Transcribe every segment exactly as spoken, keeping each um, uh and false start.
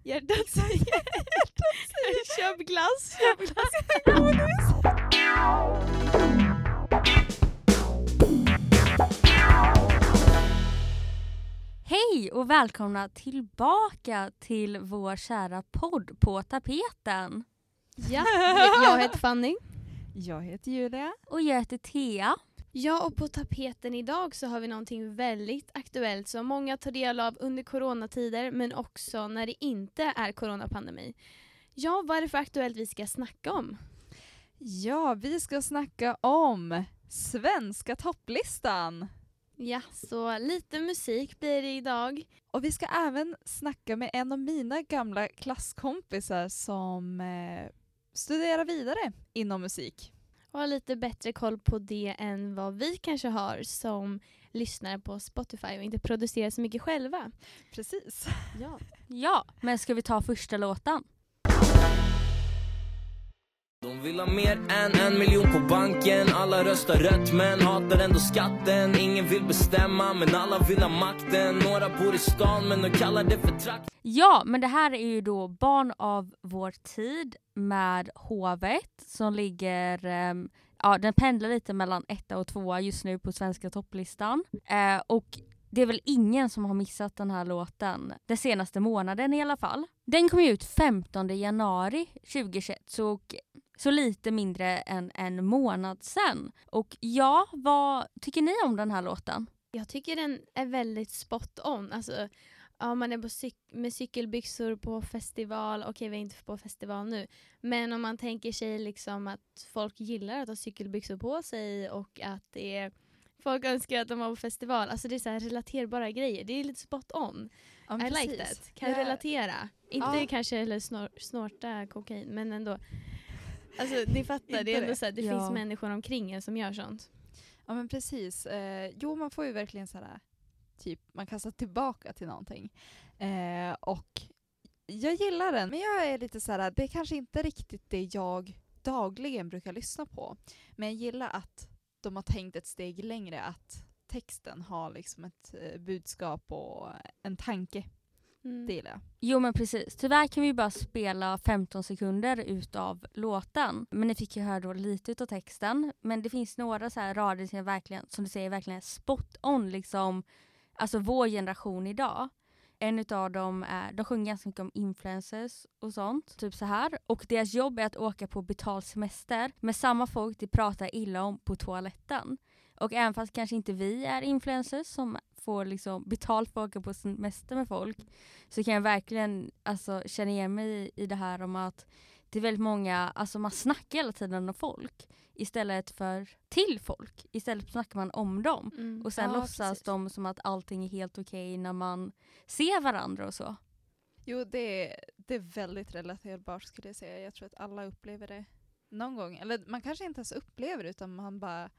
Hjärtat säger. Köp glass, köp glass. Hej och välkomna tillbaka till vår kära podd På tapeten. Ja, jag heter Fanny. Jag heter Julia. Och jag heter Thea. Ja, och på tapeten idag så har vi någonting väldigt aktuellt som många tar del av under coronatider, men också när det inte är coronapandemi. Ja, vad är det för aktuellt vi ska snacka om? Ja, vi ska snacka om svenska topplistan. Ja, så lite musik blir det idag. Och vi ska även snacka med en av mina gamla klasskompisar som eh, studerar vidare inom musik. Och ha lite bättre koll på det än vad vi kanske har som lyssnar på Spotify och inte producerar så mycket själva. Precis. Ja. Ja, men ska vi ta första låten? De vill ha mer än en miljon på banken. Alla röstar rött men hatar ändå skatten. Ingen vill bestämma men alla vill ha makten. Några bor i stan men de kallar det för trakt. Ja, men det här är ju då Barn av vår tid med Hovet som ligger, um, ja den pendlar lite mellan etta och tvåa just nu på svenska topplistan. Uh, och det är väl ingen som har missat den här låten den senaste månaden i alla fall. Den kom ut femtonde januari tjugohundratjugoett, så, så lite mindre än en månad sedan. Och ja, vad tycker ni om den här låten? Jag tycker den är väldigt spot on. Alltså, ja, man är på cyk- med cykelbyxor på festival. Okej, vi är inte på festival nu. Men om man tänker sig liksom att folk gillar att ha cykelbyxor på sig och att det är... Folk önskar att de var på festival. Alltså det är så här relaterbara grejer. Det är lite spot on. Ja, I like that. Kan Ja. relatera. Inte Ja. kanske eller snor- snorta kokain, men ändå. Alltså ni fattar, det är Inte ändå det. så här, det Ja. finns människor omkring en som gör sånt. Ja, men precis. Eh, jo, man får ju verkligen så här, typ, man kastar tillbaka till någonting. Eh, och jag gillar den, men jag är lite så här, det är kanske inte riktigt det jag dagligen brukar lyssna på. Men jag gillar att de har tänkt ett steg längre, att texten har liksom ett eh, budskap och en tanke. Mm. Det gillar jag. Jo men precis, tyvärr kan vi bara spela femton sekunder utav låten. Men ni fick ju höra då lite utav texten. Men det finns några så här rader som, jag verkligen, som du säger verkligen är spot on liksom. Alltså vår generation idag. En utav dem är, de sjunger ganska mycket om influencers och sånt. Typ så här. Och deras jobb är att åka på betald semester med samma folk de pratar illa om på toaletten. Och även fast kanske inte vi är influencers som får liksom betalt för att åka på semester med folk, så kan jag verkligen alltså, känna igen mig i det här om att det är väldigt många, alltså man snackar hela tiden om folk istället för till folk. Istället snackar man om dem. Mm. Och sen Ja, låtsas precis. de som att allting är helt okej när man ser varandra och så. Jo, det är, det är väldigt relaterbart skulle jag säga. Jag tror att alla upplever det någon gång. Eller man kanske inte ens upplever det, utan man bara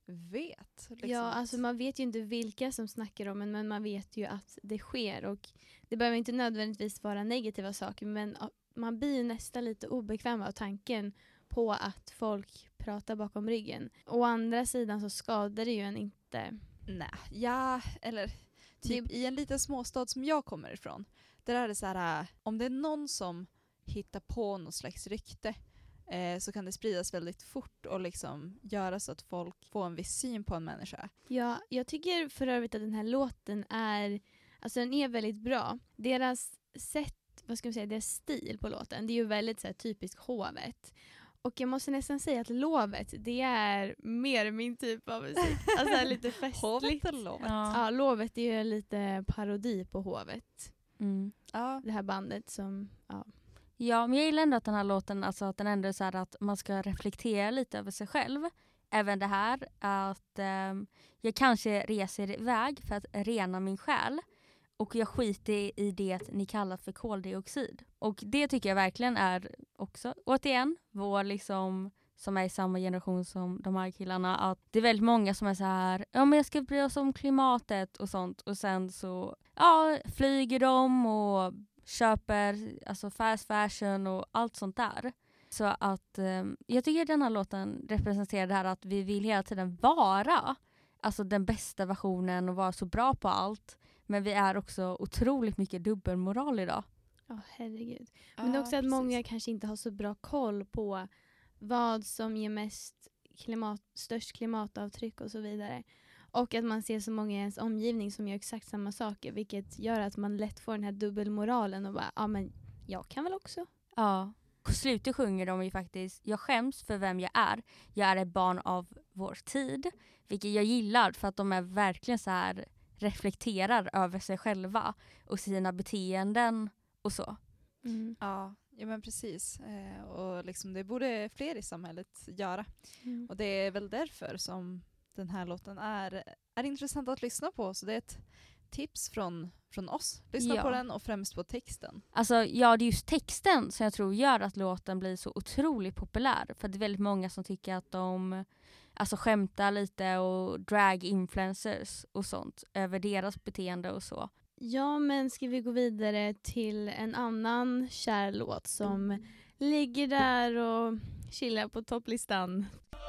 vet. Liksom. Ja, alltså man vet ju inte vilka som snackar om en, men man vet ju att det sker. Och det behöver inte nödvändigtvis vara negativa saker, men man blir ju nästan lite obekväm av tanken på att folk pratar bakom ryggen. Å andra sidan så skadar det ju en inte. Nej, ja, eller typ Det- i en liten småstad som jag kommer ifrån. Där är det så här, äh, om det är någon som hittar på något slags rykte eh, så kan det spridas väldigt fort och liksom göra så att folk får en viss syn på en människa. Ja, jag tycker för övrigt att den här låten är, alltså den är väldigt bra. Deras sätt, vad ska man säga, deras stil på låten, det är ju väldigt så här, typiskt Hovet. Och jag måste nästan säga att Lovet, det är mer min typ av musik. Alltså lite festligt. Hovet och lovet. Ja. Ja, Lovet är ju lite parodi på Hovet. Mm. Ja. Det här bandet som, ja. Ja, men jag gillar ändå att den här låten, alltså att den ändå är så här att man ska reflektera lite över sig själv. Även det här att um, jag kanske reser iväg för att rena min själ. Och jag skiter i det ni kallar för koldioxid. Och det tycker jag verkligen är också, återigen, vår liksom, som är i samma generation som de här killarna. Att det är väldigt många som är så här, ja men jag ska bry oss om klimatet och sånt. Och sen så, ja, flyger de och köper alltså fast fashion och allt sånt där. Så att eh, jag tycker den här låten representerar det här att vi vill hela tiden vara alltså den bästa versionen och vara så bra på allt. Men vi är också otroligt mycket dubbelmoral idag. Ja, herregud. Ja, Men det är också att precis. många kanske inte har så bra koll på vad som ger mest klimat, störst klimatavtryck och så vidare. Och att man ser så många i ens omgivning som gör exakt samma saker, vilket gör att man lätt får den här dubbelmoralen och bara, ja men jag kan väl också. Ja. På slutet sjunger de ju faktiskt, jag skäms för vem jag är. Jag är ett barn av vår tid. Vilket jag gillar för att de är verkligen så här reflekterar över sig själva och sina beteenden och så. Mm. Ja, ja men precis. Eh, och liksom det borde fler i samhället göra. Mm. Och det är väl därför som den här låten är, är intressant att lyssna på. Så det är ett tips från, från oss. Lyssna Ja. på den och främst på texten. Alltså ja, det är just texten som jag tror gör att låten blir så otroligt populär. För det är väldigt många som tycker att de alltså skämtar lite och drag influencers och sånt över deras beteende och så. Ja, men ska vi gå vidare till en annan kär låt som ligger där och chillar på topplistan.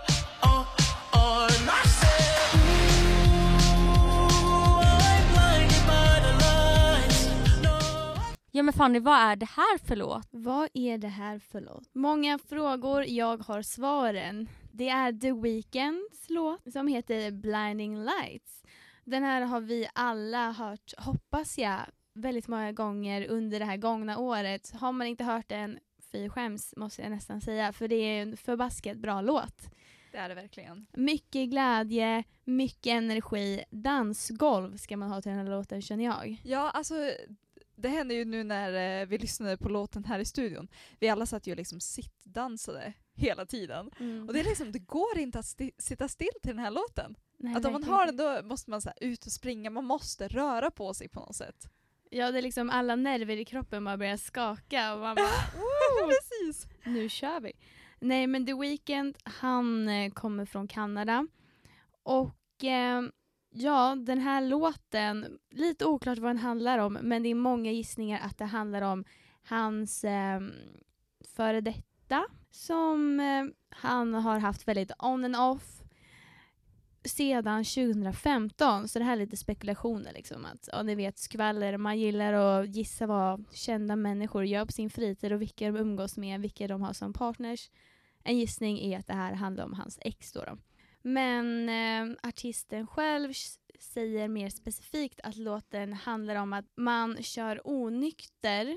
Ja men Fanny, vad är det här för låt? Vad är det här för låt? Många frågor, jag har svaren. Det är The Weeknds låt som heter Blinding Lights. Den här har vi alla hört, hoppas jag, väldigt många gånger under det här gångna året. Har man inte hört den, fy skäms måste jag nästan säga. För det är en förbaskat bra låt. Det är det verkligen. Mycket glädje, mycket energi. Dansgolv ska man ha till den här låten, känner jag. Ja, alltså det hände ju nu när eh, vi lyssnade på låten här i studion. Vi alla satt ju liksom sittdansade hela tiden. Mm. Och det är liksom, det går inte att sti- sitta still till den här låten. Nej, att om man verkligen har inte. den då måste man så här, ut och springa, man måste röra på sig på något sätt. Ja, det är liksom alla nerver i kroppen bara börjar skaka och man bara, Precis. nu kör vi. Nej, men The Weeknd, han eh, kommer från Kanada. Och eh, ja, den här låten, lite oklart vad den handlar om, men det är många gissningar att det handlar om hans eh, före detta som eh, han har haft väldigt on and off sedan tjugohundrafemton. Så det här är lite spekulationer liksom, att ja, ni vet skvaller, man gillar att gissa vad kända människor gör på sin fritid och vilka de umgås med, vilka de har som partners. En gissning är att det här handlar om hans ex då. då. Men eh, artisten själv säger mer specifikt att låten handlar om att man kör onykter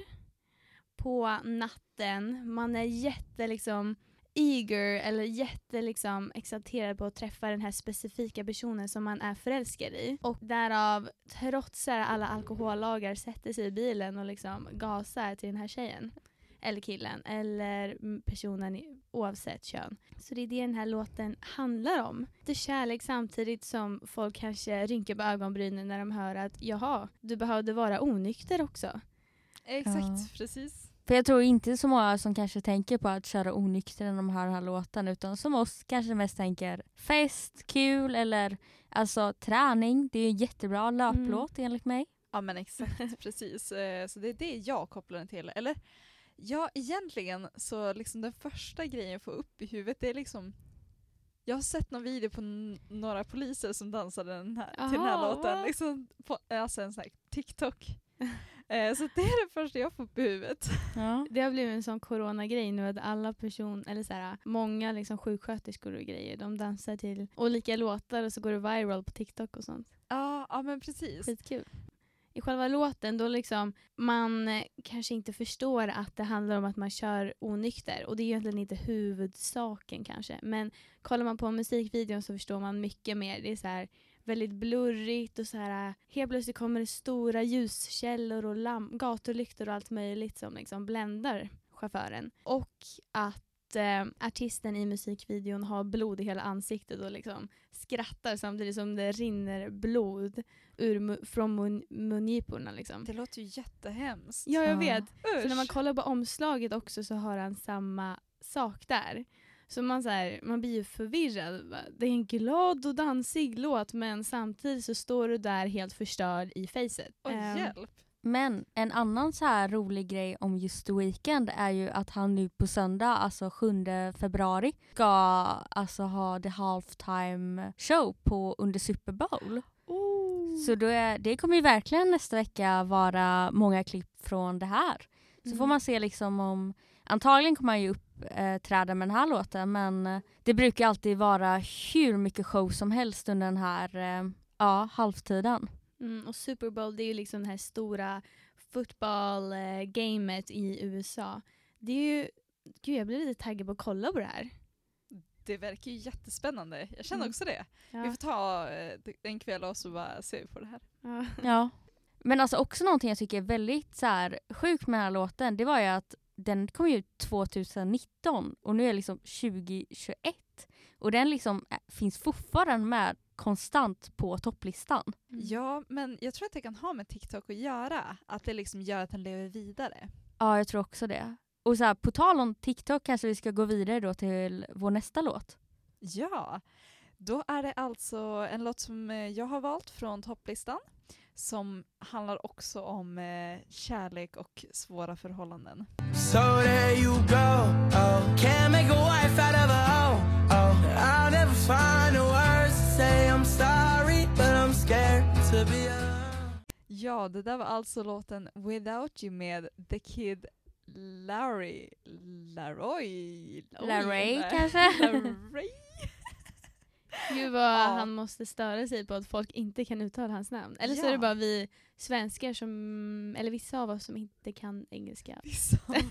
på natten. Man är jätte liksom eager eller jätte liksom exalterad på att träffa den här specifika personen som man är förälskad i. Och därav trotsar alla alkohollagar, sätter sig i bilen och liksom gasar till den här tjejen. Eller killen, eller personen i, oavsett kön. Så det är det den här låten handlar om. Det är kärlek samtidigt som folk kanske rynkar på ögonbrynen när de hör att jaha, du behövde vara onykter också. Exakt, Ja. precis. För jag tror inte så många som kanske tänker på att köra onykter när de hör den här låten, utan som oss kanske mest tänker fest, kul eller alltså träning. Det är ju en jättebra löplåt mm. enligt mig. Ja men exakt, precis. Eh, Så det är det jag kopplar den till. Eller ja, egentligen så liksom den första grejen jag får upp i huvudet det är liksom, jag har sett någon video på n- några poliser som dansade den här, till den här Aha, låten. va? Liksom på, alltså en sån här TikTok. eh, så det är det första jag får upp i huvudet. Ja. Det har blivit en sån coronagrej nu att alla person eller så här, många liksom sjuksköterskor och grejer, de dansar till olika låtar och så går det viral på TikTok och sånt. Ja, ja men precis. Skitkul. I själva låten då liksom man eh, kanske inte förstår att det handlar om att man kör onykter och det är egentligen inte huvudsaken kanske, men kollar man på musikvideon så förstår man mycket mer. Det är så här väldigt blurrigt och så här helt plötsligt kommer det stora ljuskällor och lam- gatorlyktor och allt möjligt som liksom bländar chauffören. Och att eh, artisten i musikvideon har blod i hela ansiktet och liksom skrattar samtidigt som det rinner blod ur mu- från mun- mungiporna liksom. Det låter ju jättehemskt. Ja, jag Ja. vet. Usch. För när man kollar på omslaget också så har han samma sak där. Så man, så här, man blir ju förvirrad. Va? Det är en glad och dansig låt men samtidigt så står du där helt förstörd i facet. Oj, Ehm, hjälp. Men en annan så här rolig grej om just The Weeknd är ju att han nu på söndag, alltså sjunde februari, ska alltså ha the halftime show på under Super Bowl. Oh. Så då är, det kommer ju verkligen nästa vecka vara många klipp från det här. Så Mm. får man se liksom om, antagligen kommer han ju uppträda med den här låten, men eh, det brukar alltid vara hur mycket show som helst under den här eh, ja, halvtiden. Mm, och Super Bowl, det är ju liksom det här stora fotboll-gamet i U S A. Det är ju, gud jag blir lite taggad på att kolla på det här. Det verkar ju jättespännande. Jag känner Mm. också det. Ja. Vi får ta eh, en kväll och så bara se på det här. Ja. Ja. Men alltså också någonting jag tycker är väldigt så här, sjukt med den här låten, det var ju att den kom ut tjugonitton och nu är det liksom tjugohundratjugoett. Och den liksom äh, finns fortfarande med konstant på topplistan. Mm. Ja, men jag tror att det kan ha med TikTok att göra. Att det liksom gör att den lever vidare. Ja, jag tror också det. Och så här, på tal om TikTok kanske vi ska gå vidare då till vår nästa låt. Ja, då är det alltså en låt som eh, jag har valt från topplistan. Som handlar också om eh, kärlek och svåra förhållanden. So there you go. Oh, can't make a wife out of a hoe. Oh, I'll never find the words to say I'm sorry, but I'm scared to be alone. Ja, det där var alltså låten Without You med The Kid Larry. Larry? Larry nej. kanske? Larry? Gud vad Ja. han måste störa sig på att folk inte kan uttala hans namn. Eller så Ja. är det bara vi svenskar som, eller vissa av oss som inte kan engelska. Det är sant.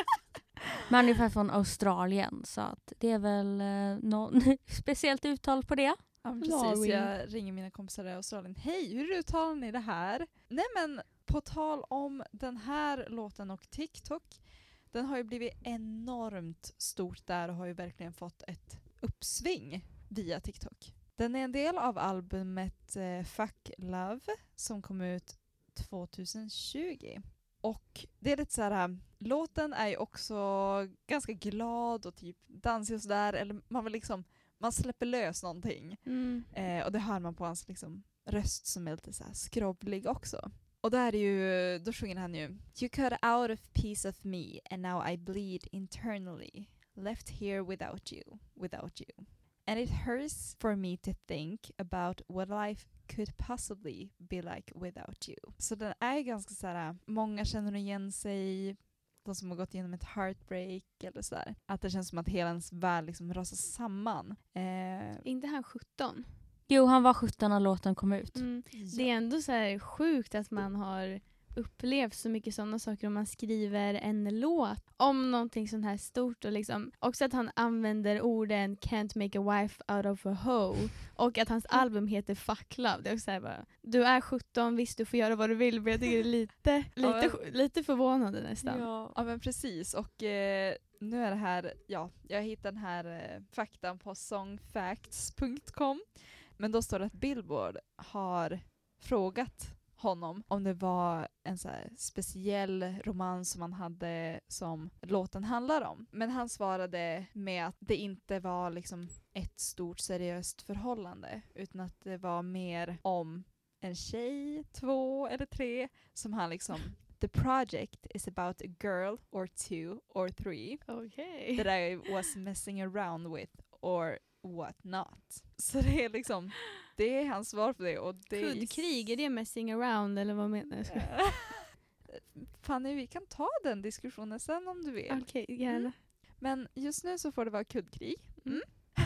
Men han är ungefär från Australien så att det är väl eh, någon speciellt uttal på det. Ja, men precis. Larry. Jag ringer mina kompisar i Australien. Hej, hur uttalar ni det här? Nej men, på tal om den här låten och TikTok. Den har ju blivit enormt stort där och har ju verkligen fått ett uppsving via TikTok. Den är en del av albumet eh, Fuck Love som kom ut tjugohundratjugo. Och det är lite så här, låten är ju också ganska glad och typ dansig och sådär. Eller man vill liksom, man släpper lös någonting. Mm. Eh, och det hör man på hans liksom, röst som är lite så här skrovlig också. Och där är ju, då sjunger han ju You cut out a piece of me and now I bleed internally. Left here without you, without you. And it hurts for me to think about what life could possibly be like without you. Så den är ganska så här, många känner igen sig, de som har gått igenom ett heartbreak eller sådär. Att det känns som att hela ens värld liksom rasar samman. Eh, Inte han sjutton? Jo, han var sjutton när låten kom ut. Mm. Det är ändå så här sjukt att man har upplevt så mycket sådana saker om man skriver en låt om någonting sånt här stort och liksom också att han använder orden can't make a wife out of a hoe och att hans album heter Fuck Love. Det är också så här bara, du är sjutton, visst du får göra vad du vill, men jag tycker det är lite, lite, lite förvånande nästan. Ja. Ja men precis, och eh, nu är det här, ja, jag hittade den här eh, faktan på songfacts punkt com. Men då står det att Billboard har frågat honom om det var en så här speciell romans som han hade som låten handlar om. Men han svarade med att det inte var liksom ett stort seriöst förhållande utan att det var mer om en tjej, två eller tre som han liksom The project is about a girl or two or three Okej. that I was messing around with or what not. Så det är liksom, det är hans svar på det. Och det är Kuddkrig, är det messing around eller vad menar du? Fanny, vi kan ta den diskussionen sen om du vill. Okej, gärna. Mm. Men just nu så får det vara kuddkrig. Mm.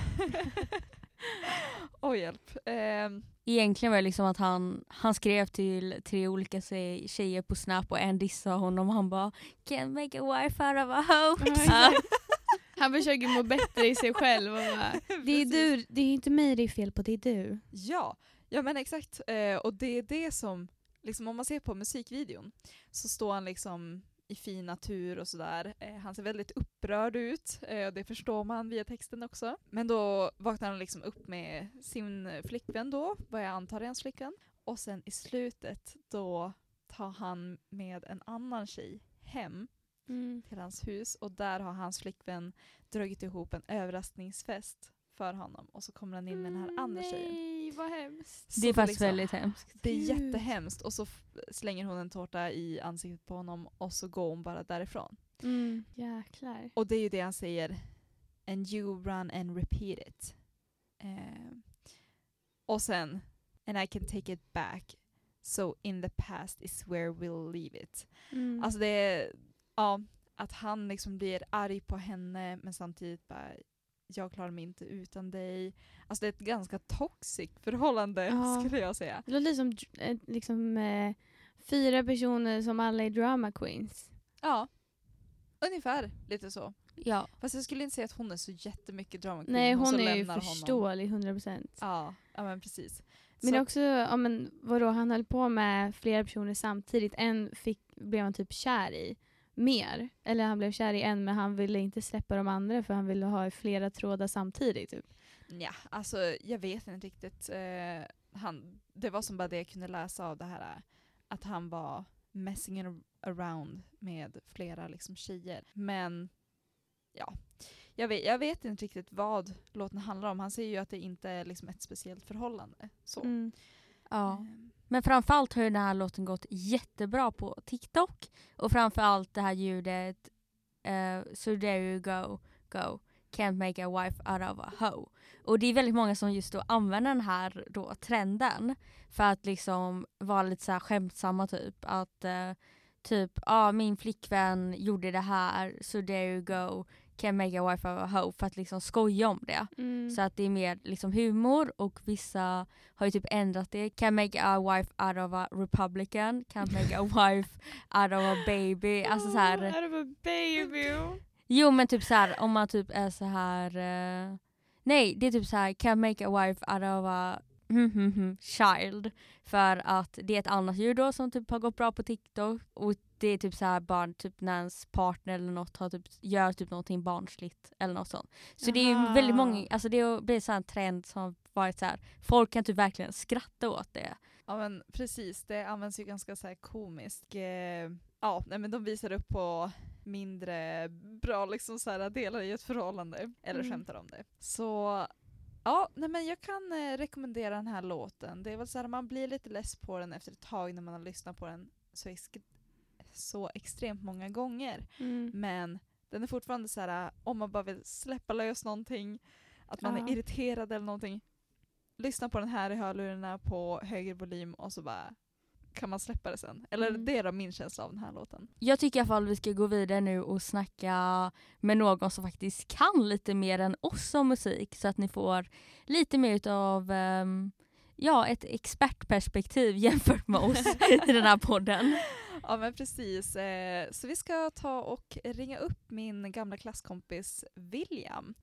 Åh hjälp. Um, Egentligen var det liksom att han, han skrev till tre olika tjej- tjejer på Snap och en dissade honom och han bara can't make a wife out of a hoe. Ja, exakt. Han försöker må bättre i sig själv och bara, det är du, det är inte mig det är fel på, det är du. Ja, ja men exakt. Eh, och det är det som, liksom, om man ser på musikvideon så står han liksom i fin natur och sådär. Eh, han ser väldigt upprörd ut. Eh, det förstår man via texten också. Men då vaknar han liksom upp med sin flickvän då, vad jag antar är hans flickvän. Och sen i slutet då tar han med en annan tjej hem Mm. till hans hus och där har hans flickvän dragit ihop en överraskningsfest för honom och så kommer han in med den här andra tjejen. Nej, vad hemskt. Det är Så faktiskt liksom- väldigt hemskt. Det är Gud. jättehemskt och så f- slänger hon en tårta i ansiktet på honom och så går hon bara därifrån. Mm. Jäklar. Och det är ju det han säger. And you run and repeat it. Eh, och sen and I can take it back. So in the past is where we'll leave it. Mm. Alltså det är, ja, att han liksom blir arg på henne men samtidigt bara, jag klarar mig inte utan dig. Alltså det är ett ganska toxic förhållande Ja. skulle jag säga. Det låter som eh, liksom, eh, fyra personer som alla är drama queens. Ja, ungefär lite så. Ja. Fast jag skulle inte säga att hon är så jättemycket drama queen. Nej, och så hon är ju lämnar honom. förståelig hundra procent. Ja, ja men precis. Men Så det är också, ja, men vadå, han höll på med flera personer samtidigt. En fick, blev han typ kär i mer. Eller han blev kär i en, men han ville inte släppa de andra för han ville ha flera trådar samtidigt. Typ. ja, alltså jag vet inte riktigt. Eh, han, det var som bara det jag kunde läsa av det här. Att han var messing around med flera liksom tjejer. Men ja, jag vet, jag vet inte riktigt vad låten handlar om. Han säger ju att det inte är liksom ett speciellt förhållande. Så. Mm. Ja. Ehm, Men framförallt har ju den här låten gått jättebra på TikTok. Och framförallt det här ljudet uh, So there you go, go. Can't make a wife out of a hoe. Och det är väldigt många som just då använder den här då trenden. För att liksom vara lite så här skämtsamma typ. Att uh, typ, ja ah, min flickvän gjorde det här. So there you go. Can't make a wife out of a hoe. För att liksom skoja om det. Mm. Så att det är mer liksom humor och vissa har ju typ ändrat det. Can make a wife out of a Republican. Can't make a wife out of a baby. Alltså så här. Out of a baby. Jo men typ så här om man typ är så här. Uh, nej, det är typ så här. Can't make a wife out of a child. För att det är ett annat ljud då som typ har gått bra på TikTok. Och det är typ så här barn, typ när ens partner eller något har typ, gör typ någonting barnsligt eller något sånt. Så det är ju Aha. väldigt många, alltså det blir så här en trend som har varit så här. Folk kan typ verkligen skratta åt det. Ja men precis, det används ju ganska så här komiskt. Eh, ja, nej, men de visar upp på mindre bra liksom så här delar i ett förhållande. Eller Mm. skämtar om det. Så ja, nej, men jag kan eh, rekommendera den här låten. Det är väl så här, man blir lite less på den efter ett tag när man har lyssnat på den så, ex- så extremt många gånger. Mm. Men den är fortfarande så här, om man bara vill släppa lös någonting, att man Ja. är irriterad eller någonting. Lyssna på den här i hörlurarna på höger volym och så bara kan man släppa det sen. Eller Mm. det är då min känsla av den här låten. Jag tycker i alla fall vi ska gå vidare nu och snacka med någon som faktiskt kan lite mer än oss om musik. Så att ni får lite mer av um, ja, ett expertperspektiv jämfört med oss i den här podden. Ja men precis. Eh, så vi ska ta och ringa upp min gamla klasskompis William.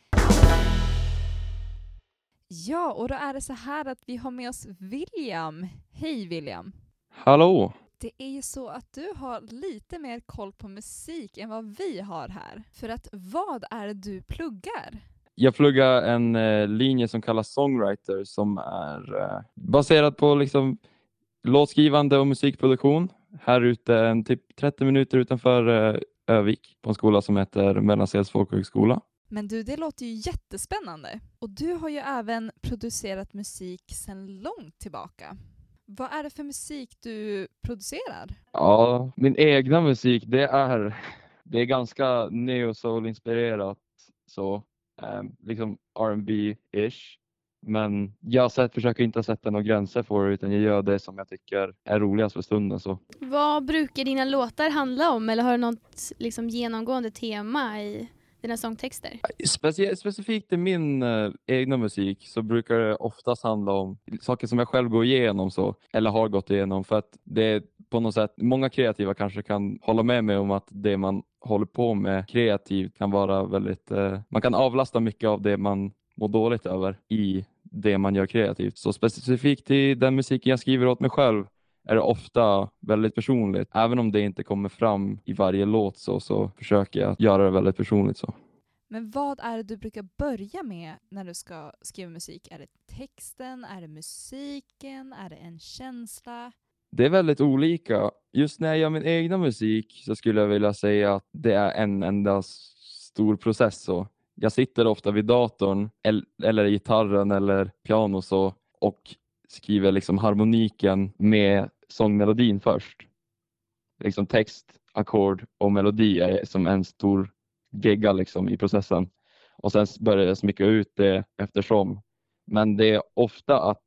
Ja, och då är det så här att vi har med oss William. Hej William. Hallå! Det är ju så att du har lite mer koll på musik än vad vi har här. För att vad är det du pluggar? Jag pluggar en eh, linje som kallas songwriter som är eh, baserad på liksom låtskrivande och musikproduktion. Här ute en typ trettio minuter utanför eh, Övik på en skola som heter Mellansels folkhögskola. Men du, det låter ju jättespännande. Och du har ju även producerat musik sedan långt tillbaka. Vad är det för musik du producerar? Ja, min egna musik det är, det är ganska neo-soul-inspirerat så eh, liksom R and B-ish. Men jag sett, försöker inte sätta några gränser för det utan jag gör det som jag tycker är roligast för stunden. Så. Vad brukar dina låtar handla om? Eller har du något liksom, genomgående tema i dina sångtexter? Speci- specifikt i min eh, egna musik så brukar det oftast handla om saker som jag själv går igenom så, eller har gått igenom. För att det är på något sätt, många kreativa kanske kan hålla med mig om att det man håller på med kreativt kan vara väldigt, eh, man kan avlasta mycket av det man mår dåligt över i det man gör kreativt. Så specifikt i den musiken jag skriver åt mig själv är det ofta väldigt personligt. Även om det inte kommer fram i varje låt så, så försöker jag göra det väldigt personligt så. Men vad är det du brukar börja med när du ska skriva musik? Är det texten? Är det musiken? Är det en känsla? Det är väldigt olika. Just när jag gör min egna musik så skulle jag vilja säga att det är en enda stor process så. Jag sitter ofta vid datorn eller gitarren eller piano så och skriver liksom harmoniken med sångmelodin först. Liksom text, ackord och melodi är som en stor gegga liksom i processen. Och sen börjar jag smycka ut det eftersom. Men det är ofta att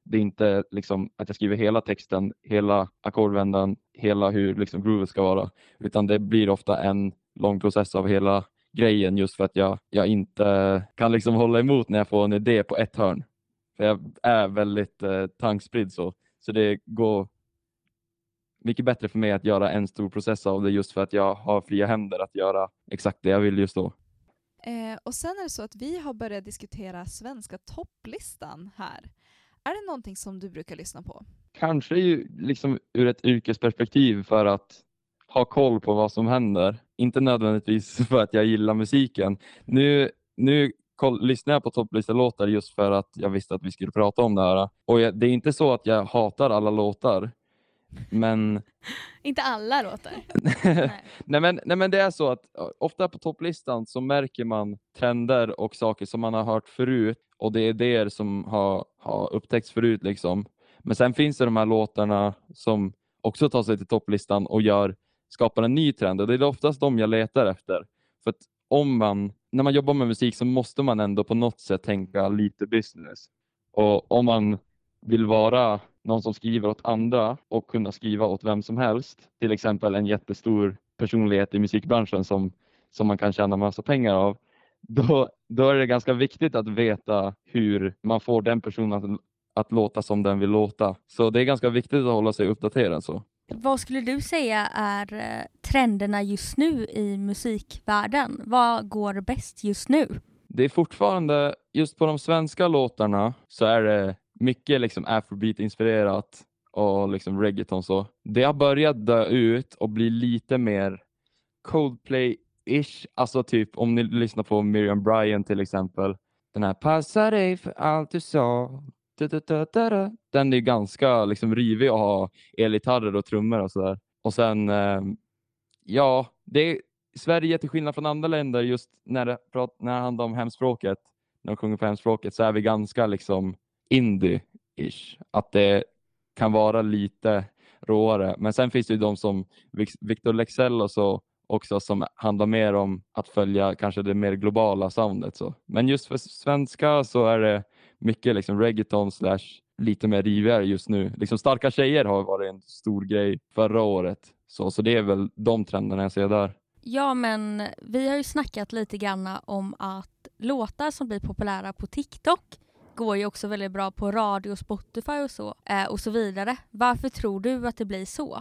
det är inte liksom att jag skriver hela texten, hela ackordvändan, hela hur liksom groovet ska vara. Utan det blir ofta en lång process av hela grejen just för att jag, jag inte kan liksom hålla emot när jag får en idé på ett hörn. För jag är väldigt eh, tankspridd så. Så det går mycket bättre för mig att göra en stor process av det just för att jag har fria händer att göra exakt det jag vill just då. Eh, och sen är det så att vi har börjat diskutera svenska topplistan här. Är det någonting som du brukar lyssna på? Kanske ju liksom ur ett yrkesperspektiv för att ha koll på vad som händer. Inte nödvändigtvis för att jag gillar musiken. Nu, nu koll, lyssnar jag på topplistelåtar just för att jag visste att vi skulle prata om det här. Och jag, det är inte så att jag hatar alla låtar. Men Inte alla låtar. nej, men, nej men det är så att ofta på topplistan så märker man trender och saker som man har hört förut. Och det är det som har, har upptäckts förut liksom. Men sen finns det de här låtarna som också tar sig till topplistan och gör, skapar en ny trend. Och det är oftast de jag letar efter. För att om man, när man jobbar med musik så måste man ändå på något sätt tänka lite business. Och om man vill vara någon som skriver åt andra och kunna skriva åt vem som helst. Till exempel en jättestor personlighet i musikbranschen som, som man kan tjäna massa pengar av. Då, då är det ganska viktigt att veta hur man får den personen att, att låta som den vill låta. Så det är ganska viktigt att hålla sig uppdaterad så. Vad skulle du säga är eh, trenderna just nu i musikvärlden? Vad går bäst just nu? Det är fortfarande, just på de svenska låtarna så är det mycket liksom afrobeat-inspirerat och liksom reggaeton så. Det har börjat dö ut och bli lite mer Coldplay-ish. Alltså typ om ni lyssnar på Miriam Bryant till exempel. Den här Passa dig för allt du sa. Den är ganska liksom rivig och har elgitarrer och trummor och sådär. Och sen, eh, ja, det är Sverige till skillnad från andra länder just när det, när det handlar om hemspråket. När de sjunger på hemspråket så är vi ganska liksom indie-ish. Att det kan vara lite råare. Men sen finns det ju de som Victor Lexell och så också som handlar mer om att följa kanske det mer globala soundet så. Men just för svenska så är det mycket liksom reggaeton slash lite mer rivigare just nu. Liksom starka tjejer har varit en stor grej förra året. Så, så det är väl de trenderna jag ser där. Ja, men vi har ju snackat lite grann om att låtar som blir populära på TikTok går ju också väldigt bra på radio, Spotify och så eh, och så vidare. Varför tror du att det blir så?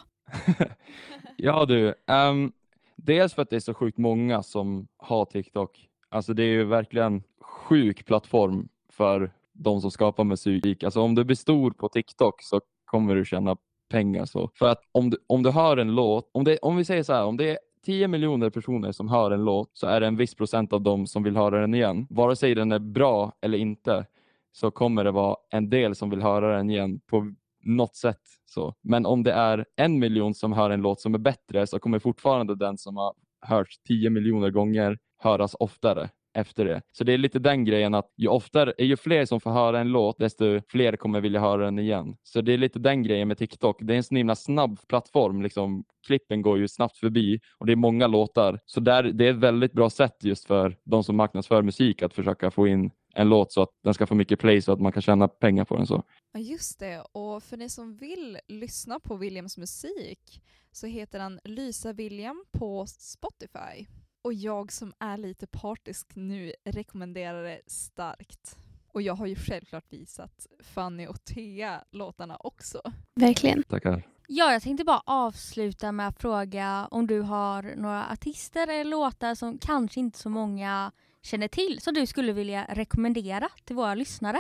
Ja du, um, dels för att det är så sjukt många som har TikTok. Alltså det är ju verkligen sjuk plattform för de som skapar musik. Alltså om du blir stor på TikTok så kommer du tjäna pengar så. För att om du, om du hör en låt, om, det, om vi säger så här, om det är tio miljoner personer som hör en låt så är det en viss procent av dem som vill höra den igen. Vare sig den är bra eller inte så kommer det vara en del som vill höra den igen på något sätt. Så. Men om det är en miljon som hör en låt som är bättre så kommer fortfarande den som har hört tio miljoner gånger höras oftare efter det. Så det är lite den grejen att ju oftare, ju fler som får höra en låt desto fler kommer vilja höra den igen. Så det är lite den grejen med TikTok. Det är en så himla snabb plattform. Liksom, klippen går ju snabbt förbi och det är många låtar. Så där, det är ett väldigt bra sätt just för de som marknadsför musik att försöka få in en låt så att den ska få mycket play så att man kan tjäna pengar på den så. Ja just det, och för ni som vill lyssna på Williams musik så heter han Lysa William på Spotify. Och jag som är lite partisk nu rekommenderar det starkt. Och jag har ju självklart visat Fanny och Thea låtarna också. Verkligen. Tackar. Ja, jag tänkte bara avsluta med att fråga om du har några artister eller låtar som kanske inte så många känner till som du skulle vilja rekommendera till våra lyssnare.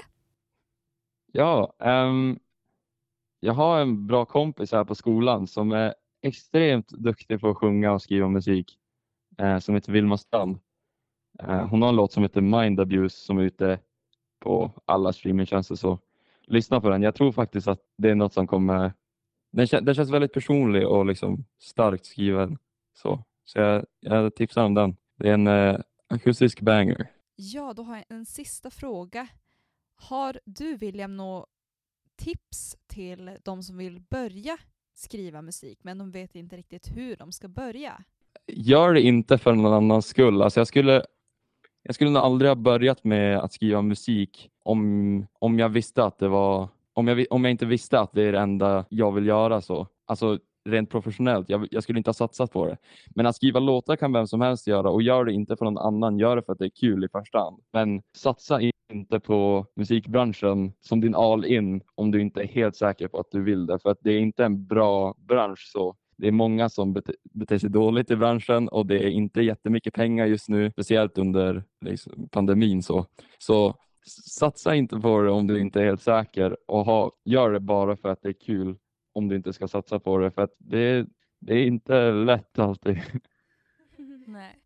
Ja, um, jag har en bra kompis här på skolan som är extremt duktig på att sjunga och skriva musik. Eh, som heter Vilma Strand. Eh, hon har en låt som heter Mind Abuse som är ute på alla streamingtjänster så lyssna på den. Jag tror faktiskt att det är något som kommer. Den, kän- den känns väldigt personlig och liksom starkt skriven. Så, så jag, jag tipsar om den. Det är en eh, akustisk banger. Ja, då har jag en sista fråga. Har du William några tips till de som vill börja skriva musik men de vet inte riktigt hur de ska börja? Gör det inte för någon annans skull. Alltså jag skulle jag skulle nog aldrig ha börjat med att skriva musik om, om jag visste att det var om jag, vi- om jag inte visste att det är det enda jag vill göra så, alltså rent professionellt, jag, jag skulle inte ha satsat på det. Men att skriva låtar kan vem som helst göra, och gör det inte för någon annan, gör det för att det är kul i första hand. Men satsa inte på musikbranschen som din all in om du inte är helt säker på att du vill det, för att det är inte en bra bransch så. Det är många som bete- beter sig dåligt i branschen, och det är inte jättemycket pengar just nu, speciellt under liksom, pandemin så. Så satsa inte på det om du inte är helt säker, och ha, gör det bara för att det är kul om du inte ska satsa på det, för att det, det är inte lätt alltid. Nej.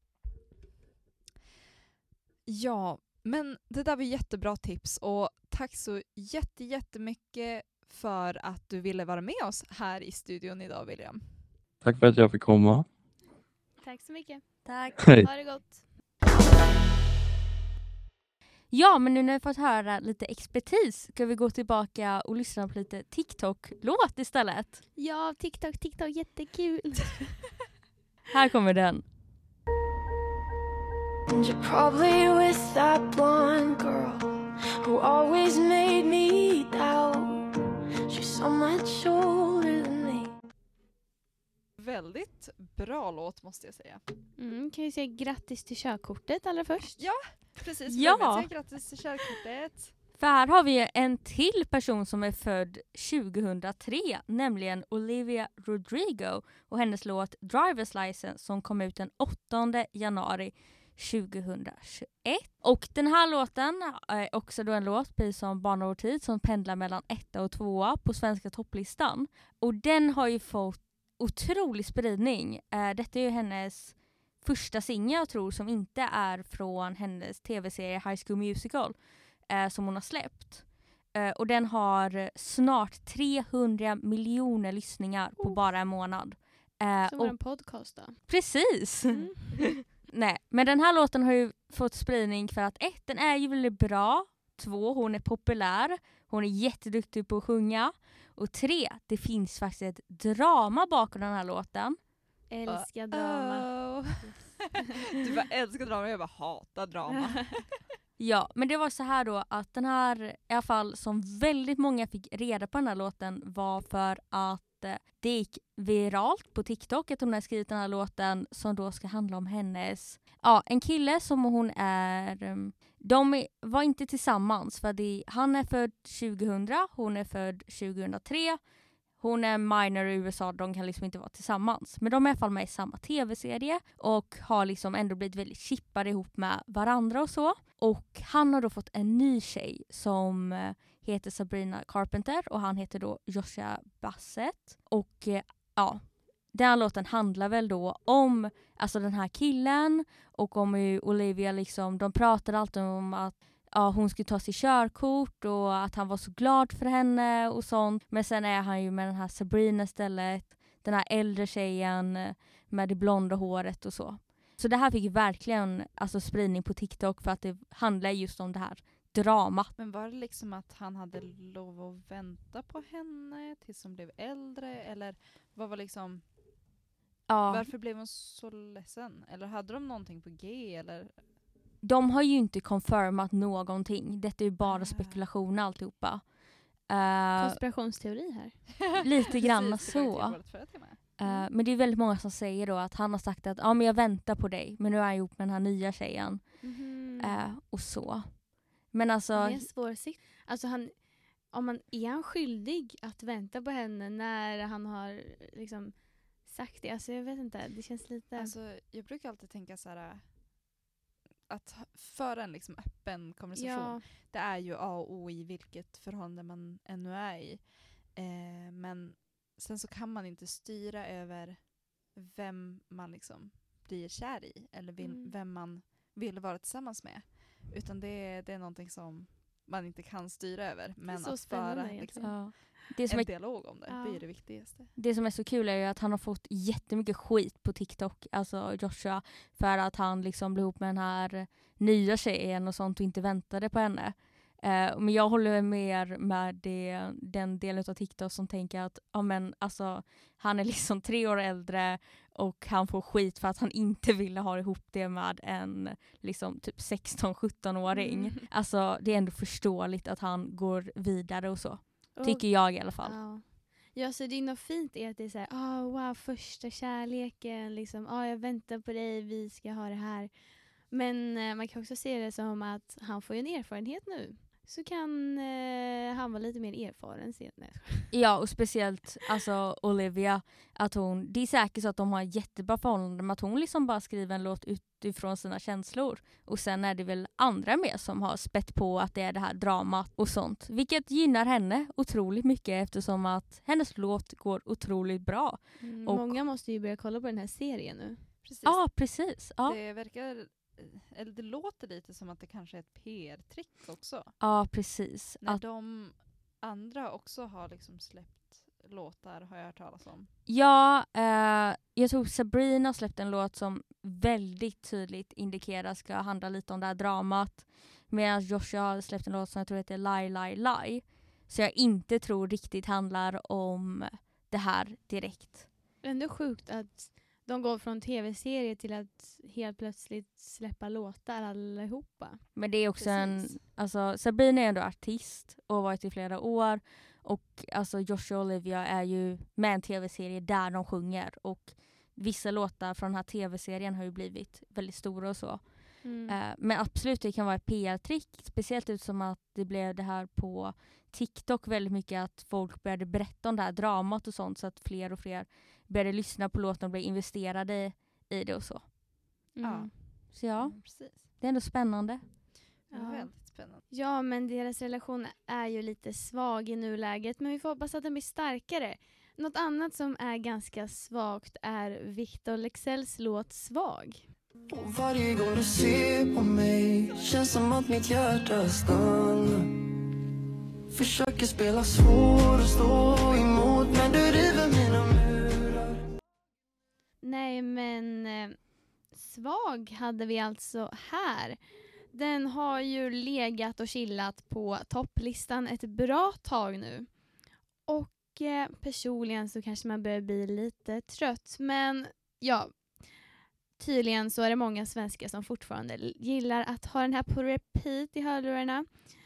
Ja, men det där var jättebra tips, och tack så jätte, jättemycket för att du ville vara med oss här i studion idag, William. Tack för att jag fick komma. Tack så mycket. Tack. Hej. Ha det gott. Ja, men nu när vi fått höra lite expertis ska vi gå tillbaka och lyssna på lite TikTok-låt istället. Ja, TikTok, TikTok, jättekul. Här kommer den. And you're probably with that blonde girl who always made me doubt she's so much older than me. Väldigt bra låt måste jag säga. Mm, kan vi säga grattis till körkortet allra först? Ja, precis. Ja. Jag vill säga grattis till körkortet. För här har vi en till person som är född tjugohundratre, nämligen Olivia Rodrigo och hennes låt Driver's License som kom ut den åttonde januari tjugohundratjugoett. Och den här låten är också då en låt, precis som Barn över tid, som pendlar mellan etta och tvåa på svenska topplistan. Och den har ju fått otrolig spridning. Eh, detta är ju hennes första singel, jag tror, som inte är från hennes tv-serie High School Musical eh, som hon har släppt. Eh, och den har snart trehundra miljoner lyssningar på Oh. bara en månad. Eh, Som och vår podcast då. precis! Mm. Nej, men den här låten har ju fått spridning för att ett, den är ju väldigt bra. Två, hon är populär. Hon är jätteduktig på att sjunga. Och tre, det finns faktiskt ett drama bakom den här låten. Älskar drama. Oh. Du bara älskar drama, jag bara hatar drama. Ja, men det var så här då att den här, i alla fall som väldigt många fick reda på den här låten, var för att eh, det gick viralt på TikTok att hon har skrivit den här låten som då ska handla om hennes, ja, en kille som hon är, um, de är- var inte tillsammans för det, han är född tjugohundra, hon är född tjugohundratre. Hon är minor i U S A, de kan liksom inte vara tillsammans. Men de är i alla fall med i samma tv-serie och har liksom ändå blivit väldigt chippade ihop med varandra och så. Och han har då fått en ny tjej som eh, heter Sabrina Carpenter och han heter då Joshua Bassett. Och eh, ja, den här låten handlar väl då om alltså den här killen och om hur Olivia liksom, de pratade alltid om att ja, hon skulle ta sig körkort och att han var så glad för henne och sånt. Men sen är han ju med den här Sabrina istället. Den här äldre tjejen eh, med det blonda håret och så. Så det här fick verkligen alltså, spridning på TikTok för att det handlar just om det här dramat. Men var det liksom att han hade lov att vänta på henne tills hon blev äldre? Eller vad var liksom, Ja, varför blev hon så ledsen? Eller hade de någonting på G? Eller? de har ju inte confirmat någonting. Detta är ju bara Ah. spekulation alltihopa. Uh, Konspirationsteori här. lite grann Precis, det var ju så. till vårt förra tema. Uh, men det är väldigt många som säger då att han har sagt att ja, men jag väntar på dig. Men nu är jag ihop med den här nya tjejen. Mhm. Uh, och så. Men alltså, Det är en svår sikt. Alltså han, om man, är han skyldig att vänta på henne när han har liksom sagt det? Alltså jag vet inte, det känns lite... Alltså, jag brukar alltid tänka så här, att ha- föra en liksom öppen konversation. ja, Det är ju A och O i vilket förhållande man ännu är i. Eh, men sen så kan man inte styra över vem man liksom blir kär i. Eller vill, Mm. vem man vill vara tillsammans med. Utan det, det är någonting som man inte kan styra över. Men så att spännande föra egentligen. liksom, ja. det, som en är, dialog om det, Ja. det är det viktigaste. det som är så kul är ju att han har fått jättemycket skit på TikTok. Alltså Joshua. För att han liksom blev ihop med den här nya tjejen och sånt och inte väntade på henne. Eh, men jag håller mer med det, den delen av TikTok som tänker att ja, men, alltså, han är liksom tre år äldre och han får skit för att han inte ville ha ihop det med en liksom, typ sexton-sjutton-åring. Mm. Alltså det är ändå förståeligt att han går vidare och så. Och- Tycker jag i alla fall. Ja. Ja, så det är något fint i att det är såhär, ah wow, första kärleken, liksom, ah jag väntar på dig, vi ska ha det här. Men eh, man kan också se det som att han får ju en erfarenhet nu. Så kan eh, han vara lite mer erfaren senare. Ja, och speciellt alltså Olivia, att hon, det är säkert så att de har ett jättebra förhållande, men att hon liksom bara skriver en låt utifrån sina känslor. Och sen är det väl andra med som har spett på att det är det här dramat och sånt. Vilket gynnar henne otroligt mycket eftersom att hennes låt går otroligt bra. Mm, Och- Många måste ju börja kolla på den här serien nu. Precis. Ja, precis. Ja, Det verkar, eller det låter lite som att det kanske är ett P R-trick också. ja precis. När Att, de andra också har liksom släppt låtar har jag hört talas om. ja, eh, jag tror Sabrina har släppt en låt som väldigt tydligt indikerar ska handla lite om det här dramat. Medan Joshua har släppt en låt som jag tror heter Lie, Lie, Lie. Så jag inte tror riktigt handlar om det här direkt. Ändå sjukt att de går från tv-serie till att helt plötsligt släppa låtar allihopa. Men det är också en, Precis. alltså Sabrina är ändå artist och har varit i flera år. Och alltså Joshua och Olivia är ju med i en tv-serie där de sjunger. Och vissa låtar från den här tv-serien har ju blivit väldigt stora och så. Mm. Eh, men absolut, det kan vara ett P R-trick. Speciellt utsom att det blev det här på TikTok väldigt mycket att folk började berätta om det här dramat och sånt så att fler och fler började lyssna på låten och bli investerade i det och så. Mm. Ja. Så ja, Mm, precis. det är ändå spännande. Det var Ja. väldigt spännande. Ja, men deras relation är ju lite svag i nuläget, men vi får hoppas att den blir starkare. Något annat som är ganska svagt är Victor Leksells låt Svag. Och varje gång du ser på mig känns som att mitt hjärta stannar. Försöker spela svår och stå emot, men du river mina murar. Nej, men eh, Svag hade vi alltså här. Den har ju legat och chillat på topplistan ett bra tag nu. Och eh, personligen så kanske man börjar bli lite trött. Men ja, tydligen så är det många svenskar som fortfarande gillar att ha den här på repeat i hörlurarna.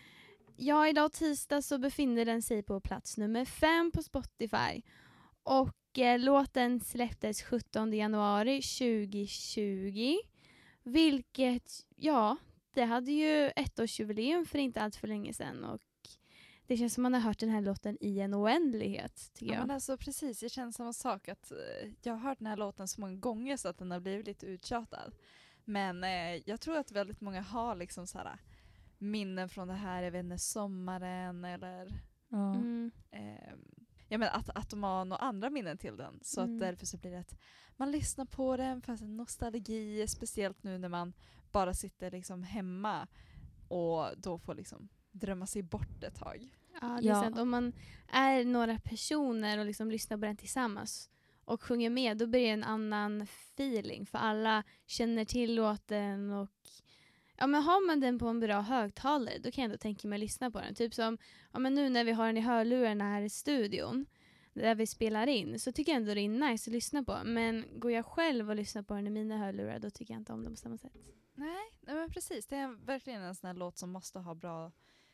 Ja, idag tisdag så befinner den sig på plats nummer fem på Spotify. Och eh, låten släpptes sjuttonde januari tjugohundratjugo. Vilket, ja, det hade ju ettårsjubileum för inte allt för länge sedan. Och det känns som man har hört den här låten i en oändlighet, tycker Ja, jag. men alltså precis, det känns samma sak att eh, jag har hört den här låten så många gånger så att den har blivit lite uttjatad. Men eh, jag tror att väldigt många har liksom så här minnen från det här, jag vet inte, sommaren eller Ja. Mm. eh, ja, men att, att de har några andra minnen till den. Så Mm. att därför så blir det att man lyssnar på den för en nostalgi, speciellt nu när man bara sitter liksom hemma och då får liksom drömma sig bort ett tag. Ja, det är Ja. sant. Om man är några personer och liksom lyssnar på den tillsammans och sjunger med, då blir det en annan feeling. För alla känner till låten och ja, men har man den på en bra högtalare, då kan jag ändå tänka mig att lyssna på den. Typ som ja, men nu när vi har den i hörlurarna här i studion, där vi spelar in, så tycker jag ändå det är nice att lyssna på. Men går jag själv och lyssnar på den i mina hörlurar, då tycker jag inte om den på samma sätt. Nej, nej men precis. Det är verkligen en sån här låt som måste ha bra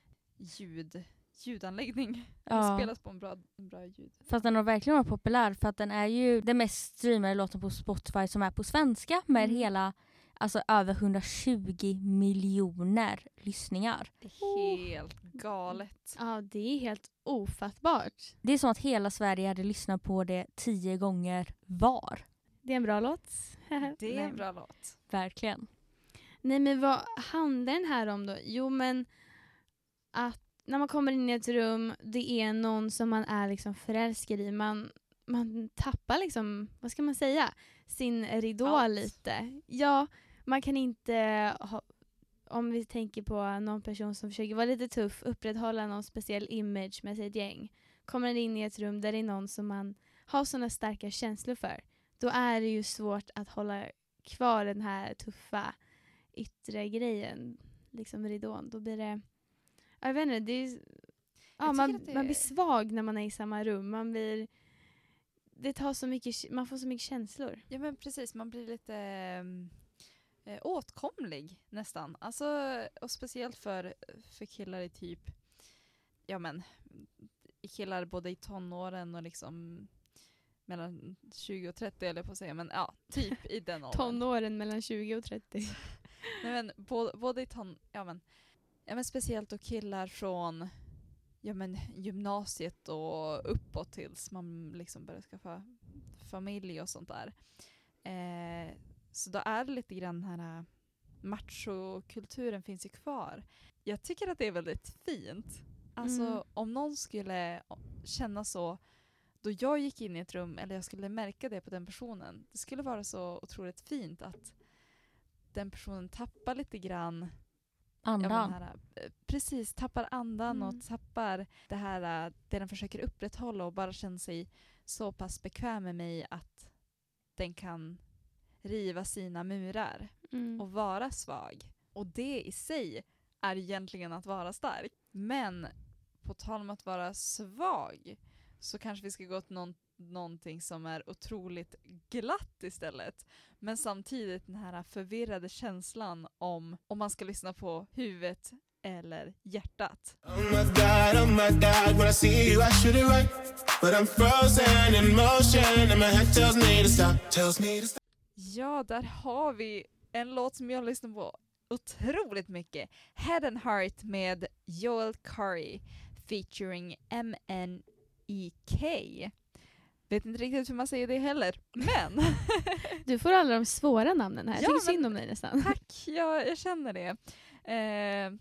ljud, ljudanläggning. Ja. Spelas på en bra, en bra ljud. Fast den har verkligen varit populär för att den är ju den mest streamade låten på Spotify som är på svenska med Mm. hela, alltså över hundratjugo miljoner lyssningar. Det är helt galet. Ja, det är helt ofattbart. Det är som att hela Sverige hade lyssnat på det tio gånger var. Det är en bra låt. Det är Nej. en bra låt. Verkligen. Nej, men vad handlar den här om då? Jo, men att när man kommer in i ett rum, det är någon som man är liksom förälskad i. Man, man tappar liksom, vad ska man säga, sin ridå Allt. lite. Ja, man kan inte ha, om vi tänker på någon person som försöker vara lite tuff, upprätthålla någon speciell image med sitt gäng. Kommer man in i ett rum där det är någon som man har såna starka känslor för, då är det ju svårt att hålla kvar den här tuffa yttre grejen, liksom ridån. Då blir det, jag vet inte, det är, ja, Jag man, tycker att det man blir är- svag när man är i samma rum. Man blir, det tar så mycket, man får så mycket känslor. Ja men precis, man blir lite eh, åtkomlig nästan. Alltså, och speciellt för, för killar i typ, ja men, i killar både i tonåren och liksom mellan tjugo och trettio eller på att säga, men ja, typ i den åldern. Tonåren mellan tjugo och trettio. Nej, men både, både i ton, ja men, ja men speciellt då killar från ja men gymnasiet och uppåt tills man liksom börjar skaffa familj och sånt där. Eh, så då är det lite grann den här machokulturen finns ju kvar. Jag tycker att det är väldigt fint. Alltså Mm. om någon skulle känna så då jag gick in i ett rum, eller jag skulle märka det på den personen, det skulle vara så otroligt fint att den personen tappar lite grann Andan. ja, men här, eh, precis, tappar andan Mm. och tappar det här eh, det den försöker upprätthålla och bara känner sig så pass bekväm med mig att den kan riva sina murar Mm. och vara svag. Och det i sig är egentligen att vara stark. Men på tal om att vara svag så kanske vi ska gå till någon, någonting som är otroligt glatt istället. Men samtidigt den här förvirrade känslan om om man ska lyssna på huvudet eller hjärtat. Oh my god, oh my god, when I see you I shoot it right. But I'm frozen in motion and my head tells me to stop, tells me to stop. Ja, där har vi en låt som jag lyssnar på otroligt mycket. Head and Heart med Joel Corry featuring M N E K. Vet inte riktigt hur man säger det heller, men Du får alla de svåra namnen här. Jag Ja, tycker men- synd om dig nästan. tack, jag, jag känner det. Eh,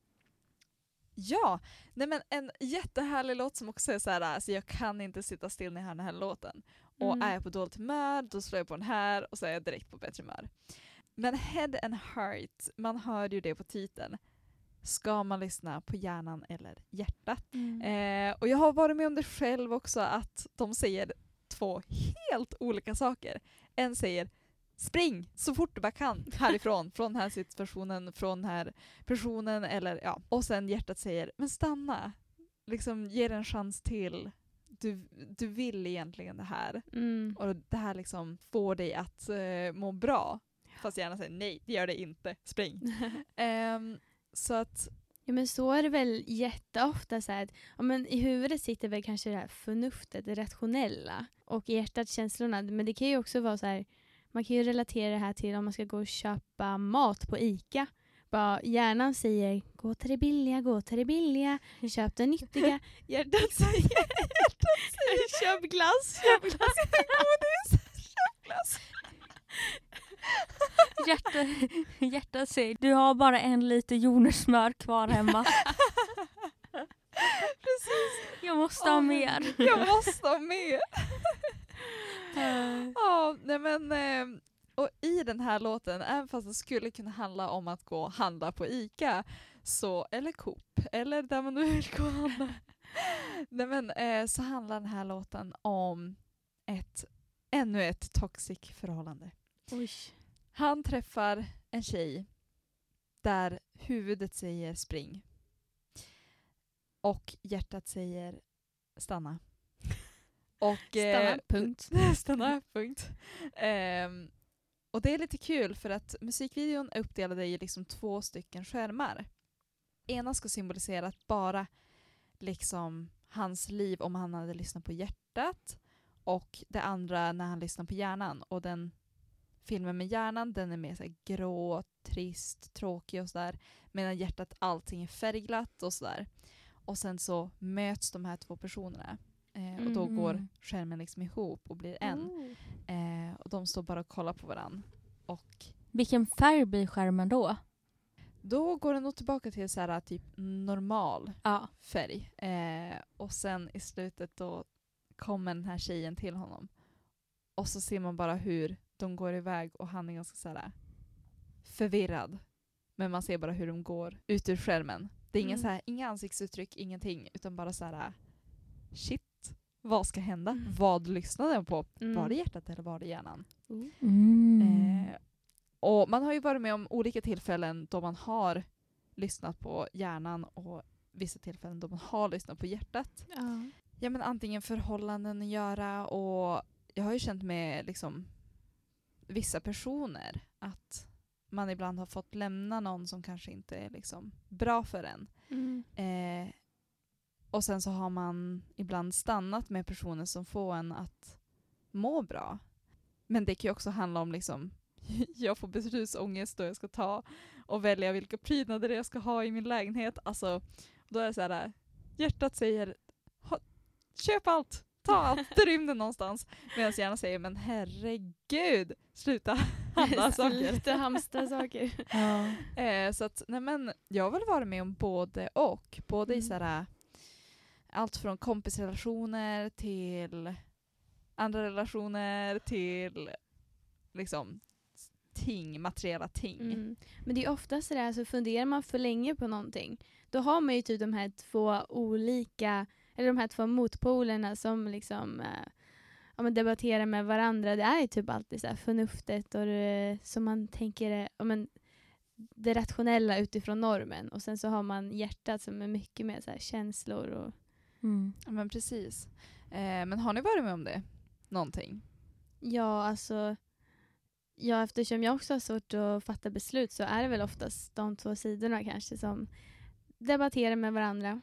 ja, nej men en jättehärlig låt som också är så här, alltså jag kan inte sitta still när jag hör den här låten. Och Mm. är jag på dåligt humör, då slår jag på den här och så är jag direkt på bättre humör. Men Head and Heart, man hör ju det på titeln. Ska man lyssna på hjärnan eller hjärtat? Mm. Eh, och jag har varit med om det själv också, att de säger två helt olika saker. En säger spring så fort du bara kan härifrån, från den här situationen, från den här personen, eller ja. Och sen hjärtat säger, men stanna. Liksom ge det en chans till. Du, du vill egentligen det här. Mm. Och det här liksom får dig att eh, må bra. Fast hjärnan säger nej, det gör det inte. Spring. Ehm, så att Ja, men så är det väl jätteofta så här att ja, men i huvudet sitter väl kanske det här förnuftet, det rationella, och i hjärtat känslorna. Men det kan ju också vara så här, man kan ju relatera det här till om man ska gå och köpa mat på ICA. Bara hjärnan säger gå till det billiga, gå till det billiga, köp det nyttiga. Hjärtat säger köp glass, köp glass. köp glass. Hjärtat, hjärtat säger, du har bara en liter jordnötssmör kvar hemma. Precis. Jag måste ha Åh, mer. Jag måste ha mer. Ja, nej men eh, och i den här låten, även fast det skulle kunna handla om att gå och handla på ICA, så, eller Coop, eller där man nu vill gå och handla. Nej men eh, så handlar den här låten om ett, ännu ett toxic förhållande. Oj. Han träffar en tjej där huvudet säger spring. Och hjärtat säger stanna. Och, Stanna, eh, punkt. stanna, punkt. Ehm, och det är lite kul för att musikvideon är uppdelad i liksom två stycken skärmar. Ena ska symbolisera att bara liksom hans liv om han hade lyssnat på hjärtat, och det andra när han lyssnar på hjärnan. Och den filmen med hjärnan, den är mer så här grå, trist, tråkig och sådär. Medan hjärtat, allting är färgglatt och sådär. Och sen så möts de här två personerna. Eh, och då Mm. går skärmen liksom ihop och blir en. Oh. Eh, och de står bara och kollar på varandra. Och Vilken färg blir skärmen då? då går den nog tillbaka till så här typ normal Ja. färg. Eh, och sen i slutet då kommer den här tjejen till honom. Och så ser man bara hur de går iväg och han är ganska så här förvirrad. Men man ser bara hur de går ut ur skärmen. Det är ingen Mm. så här, inga ansiktsuttryck, ingenting. Utan bara så här, shit, vad ska hända? Mm. Vad lyssnade jag på? Mm. Var det hjärtat eller var det hjärnan? Mm. Eh, och man har ju varit med om olika tillfällen då man har lyssnat på hjärnan och vissa tillfällen då man har lyssnat på hjärtat. Ja. Ja, men antingen förhållanden att göra, och jag har ju känt med liksom vissa personer att man ibland har fått lämna någon som kanske inte är liksom bra för en. Mm. Eh, och sen så har man ibland stannat med personer som får en att må bra. Men det kan ju också handla om liksom jag får beslutsångest då jag ska ta och välja vilka prydnader jag ska ha i min lägenhet. Alltså, då är det så här, hjärtat säger köp allt, ta allt, rymd någonstans. Medan hjärnan säger, men herregud, sluta handla saker. Sluta hamstra saker. Ja. Eh, så att, nej men, jag har väl varit med om både och. Både Mm. i så här, allt från kompisrelationer till andra relationer till liksom ting, materiella ting. Mm. Men det är ofta sådär, så funderar man för länge på någonting, då har man ju typ de här två olika, eller de här två motpolerna som liksom eh, ja, men debatterar med varandra. Det är ju typ alltid så här förnuftet och det, som man tänker är, ja, men det rationella utifrån normen, och sen så har man hjärtat som är mycket mer så här känslor och Mm. Ja, men precis. Eh, men har ni varit med om det? Någonting? ja, alltså ja, eftersom jag också har svårt att fatta beslut så är det väl oftast de två sidorna kanske som debatterar med varandra.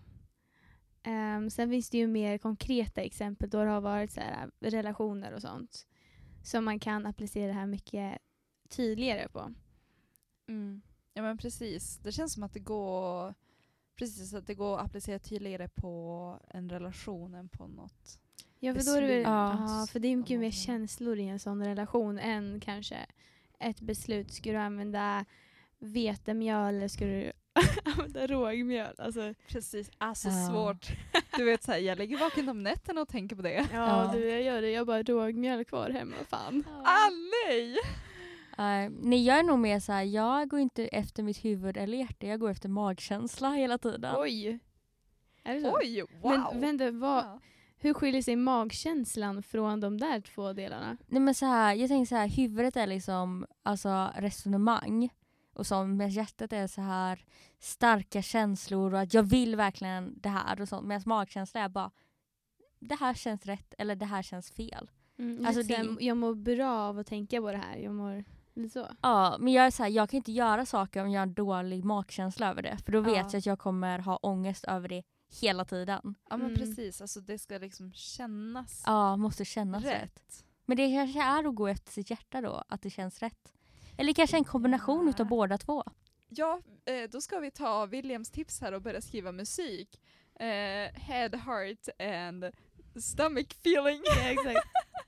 Um, sen finns det ju mer konkreta exempel då det har varit så här, relationer och sånt som man kan applicera det här mycket tydligare på. Mm. Ja men precis. Det känns som att det går precis att det går att applicera tydligare på en relation än på något. Ja, för då är det väl, Beslut. ja, för det är mycket Om mer någonting. känslor i en sån relation än kanske ett beslut. Ska du använda vetemjöl eller ska du använda rågmjöl? Alltså, Precis. Alltså Ja. svårt. Du vet så här, jag ligger vaken om nätterna och tänker på det. ja, Ja. Du, jag gör det. Jag har bara rågmjöl kvar hemma. Fan. Ah, nej! Uh, nej, jag är nog mer så här, jag går inte efter mitt huvud eller hjärta, jag går efter magkänsla hela tiden. Oj! Är det så? Oj, wow! Men vänta, vad, Ja. hur skiljer sig magkänslan från de där två delarna? Nej men så här, jag tänker så här, huvudet är liksom alltså resonemang och som med hjärtat är så här starka känslor och att jag vill verkligen det här och sånt, medan magkänsla är bara det här känns rätt eller det här känns fel. Mm, Alltså, alltså det- jag mår bra av att tänka på det här. Jag mår lite så. Ja, men jag är så här, jag kan inte göra saker om jag har en dålig magkänsla över det, för då vet Ja. jag att jag kommer ha ångest över det hela tiden. Ja men Mm. precis, alltså det ska liksom kännas Ja, måste kännas rätt. rätt. Men det kanske är att gå efter sitt hjärta då, att det känns rätt. Eller kanske en kombination Ja. utav båda två. Ja, eh, då ska vi ta Williams tips här och börja skriva musik. Eh, head, heart and stomach feeling. Ja, exakt.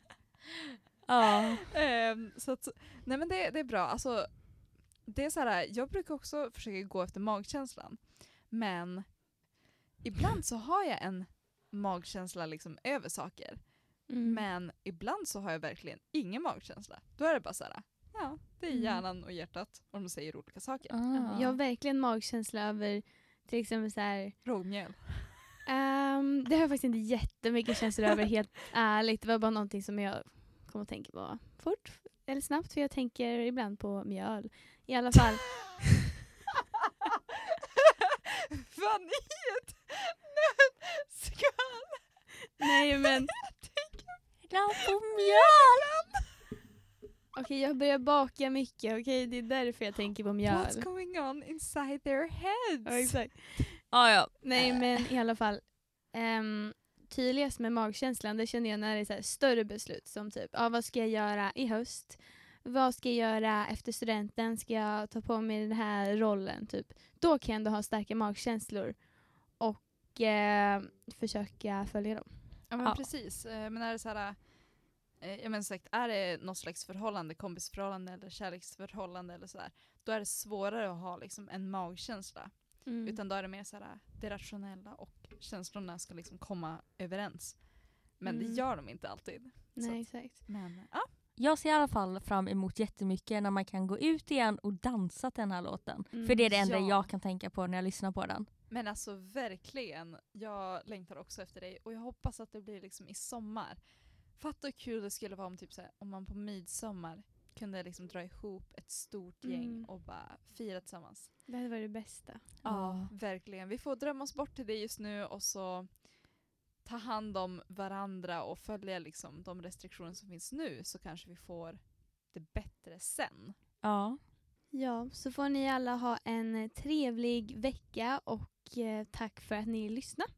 Ja. Ehm, så att, nej men det, det är bra. Alltså, det är så här, jag brukar också försöka gå efter magkänslan. Men ibland så har jag en magkänsla liksom över saker. Mm. Men ibland så har jag verkligen ingen magkänsla. Då är det bara så här, ja, det är Mm. hjärnan och hjärtat och de säger olika saker. Ah. Jag har verkligen magkänsla över till exempel så här. Rågmjöl. Ehm, det har jag faktiskt inte jättemycket känslor över, helt ärligt. Det var bara någonting som jag kom att tänka på fort eller snabbt, för jag tänker ibland på mjöl. I alla fall. Vaniljt! Nötskal! Nej men Glad på mjöl! okej, jag börjar baka mycket. Okej, det är därför jag tänker på mjöl. What's going on inside their heads? Ja, exakt. Ah, ja. Nej men i alla fall. Um, tydligast med magkänslan, det känner jag när det är så här större beslut som typ, ja, vad ska jag göra i höst? Vad ska jag göra efter studenten? Ska jag ta på mig den här rollen? Typ. Då kan jag ändå ha starka magkänslor och eh, försöka följa dem. Ja men Ja. precis. Eh, Men är det så här, eh, jag menar sagt, är det något slags förhållande, kompisförhållande eller kärleksförhållande eller sådär, då är det svårare att ha liksom en magkänsla. Mm. Utan då är det mer så här, det rationella och känslorna ska liksom komma överens. Men Mm. det gör de inte alltid. Nej, Så exakt. Men ja, Jag ser i alla fall fram emot jättemycket när man kan gå ut igen och dansa till den här låten. Mm. För det är det enda Ja. jag kan tänka på när jag lyssnar på den. men alltså verkligen, jag längtar också efter dig och jag hoppas att det blir liksom i sommar. Fatta hur kul det skulle vara om, typ så här, om man på midsommar kunde liksom dra ihop ett stort gäng Mm. och bara fira tillsammans. Det hade varit det bästa. Ja, verkligen. Vi får drömma oss bort till det just nu och så ta hand om varandra och följa liksom de restriktioner som finns nu, så kanske vi får det bättre sen. Ja. Ja, så får ni alla ha en trevlig vecka och eh, tack för att ni lyssnade.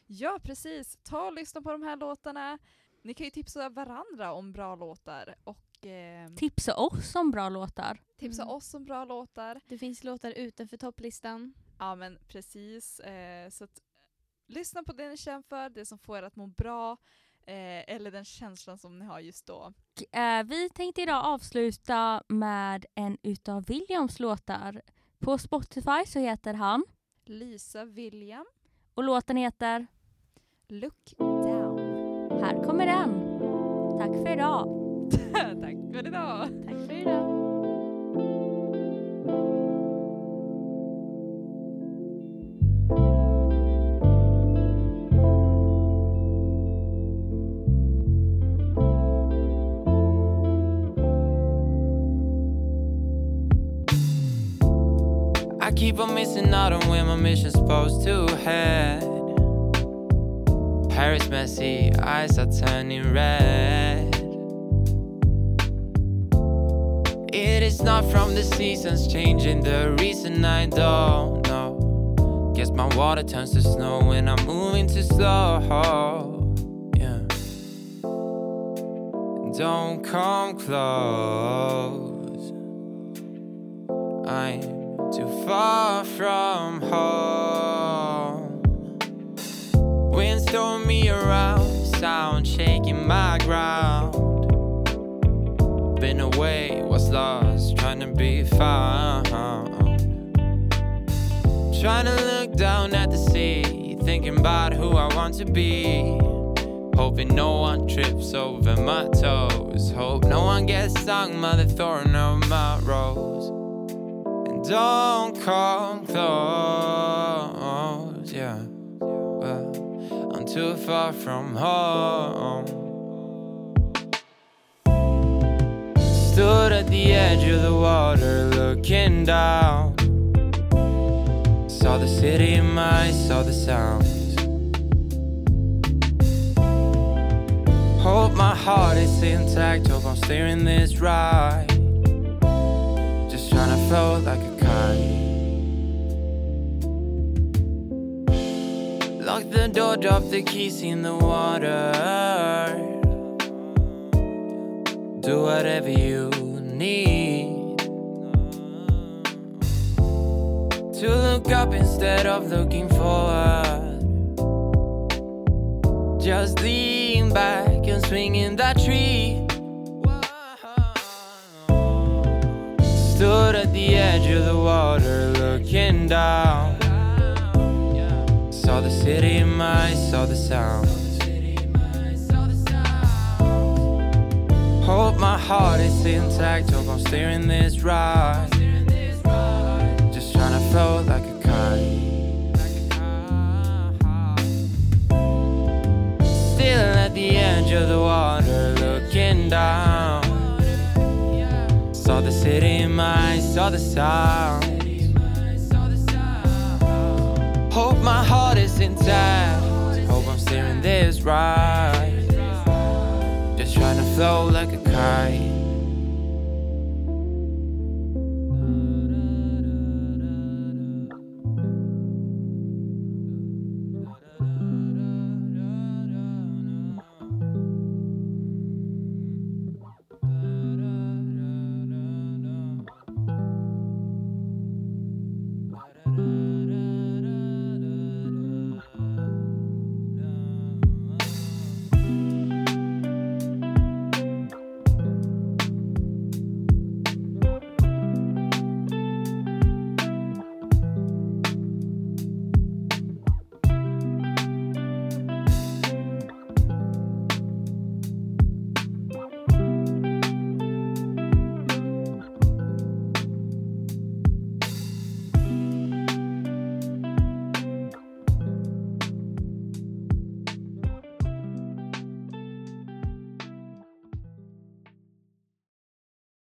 Ja, precis. Ta och lyssna på de här låtarna. Ni kan ju tipsa varandra om bra låtar. Och eh, Tipsa oss om bra låtar. tipsa Mm. oss om bra låtar. Det finns låtar utanför topplistan. Ja, men precis. Eh, så att, lyssna på det ni känner för, det som får er att må bra. Eh, eller den känslan som ni har just då. Och, eh, vi tänkte idag avsluta med en utav Williams låtar. På Spotify så heter han. Lisa William, Och låten heter. Look Down. Här kommer den. Tack för idag. Tack för idag. Tack för idag. I keep on missing out on where my mission's supposed to head. Paris messy, eyes are turning red. It is not from the seasons changing, the reason I don't know. Guess my water turns to snow when I'm moving too slow. Yeah. Don't come close. I'm too far from home. Wind's throwing me around, sound shaking my ground. Been away, was lost, trying to be found. Trying to look down at the sea, thinking about who I want to be. Hoping no one trips over my toes. Hope no one gets stung by the thorn of my rose. And don't come close, yeah. Well, I'm too far from home. Stood at the edge of the water looking down. Saw the city in my eyes, saw the sounds. Hope my heart is intact, hope I'm steering this right. Just trying to float like a kite. Lock the door, drop the keys in the water. Do whatever you need. To look up instead of looking forward. Just lean back and swing in that tree. Stood at the edge of the water looking down. Saw the city in my eyes, saw the sounds. Hope my heart is intact, hope I'm steering this right. Just trying to float like a kite. Still at the edge of the water looking down. Saw the city in my eyes, saw the sound. Hope my heart is intact, hope I'm steering this right. Just trying to float like a kite.